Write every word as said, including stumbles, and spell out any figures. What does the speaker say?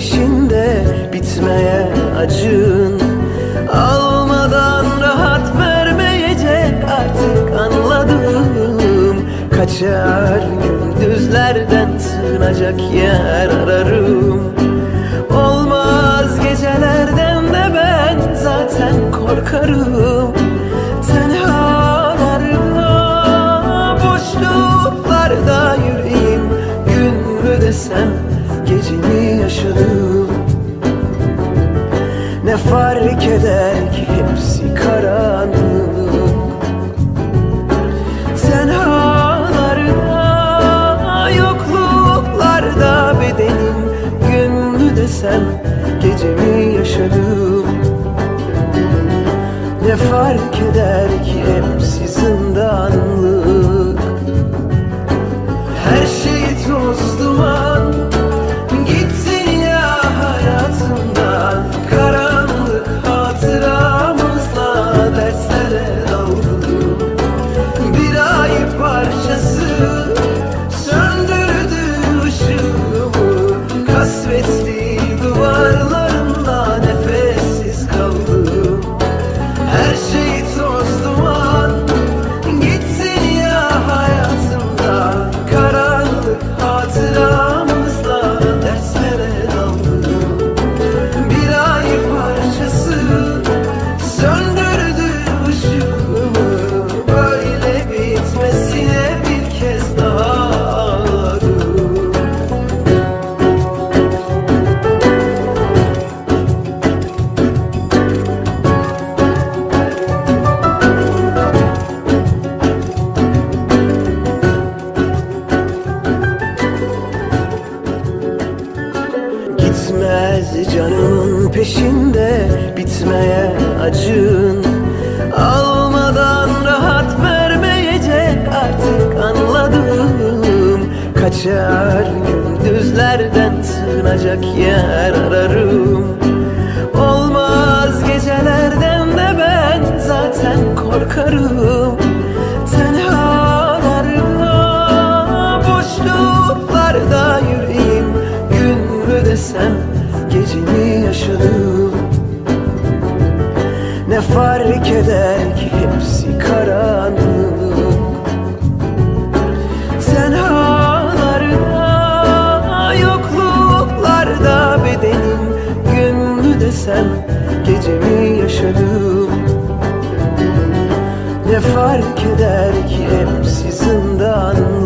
peşinde bitmeye acın, almadan rahat vermeyecek artık anladım. Kaçar gündüzlerden sığınacak yer ararım. Olmaz gecelerden de ben zaten korkarım. Tenhalarda, boşluklarda yüreğim gün mü desem gece mi yaşadım. Ne fark eder ki hepsi karanlık. Tenhalarda, yokluklarda bedenim gün mü desem gece mi yaşadım. Ne fark eder ki hepsi zindanlık. Her şey toz duman, gitsin ya hayatımdan. Karanlık hatıramızla derslere daldım. Bir ay parçası söndürdü ışığımı. Kasvetli duvarlarında nefessiz kaldım. Her şey toz duman, gitsin ya hayatımdan. Karanlık hatıramızla derslere daldım. Bir ay parçası söndürdü ışığımı. Böyle bitmesine bir kez daha ağladım. Gitmez canımın peşinde bitmeye acın, almadan rahat vermeyecek artık anladım. Kaçar gündüzlerden sığınacak yer ararım. Olmaz gecelerden de ben zaten korkarım. Tenhalarda, boşluklarda yüreğim gün mü desem gece mi yaşadım. Ne fark eder ki hepsi karanlık. Tenhalarda, yokluklarda bedenim gün mü desem gece mi yaşadım. Ne fark eder ki hepsi zindan.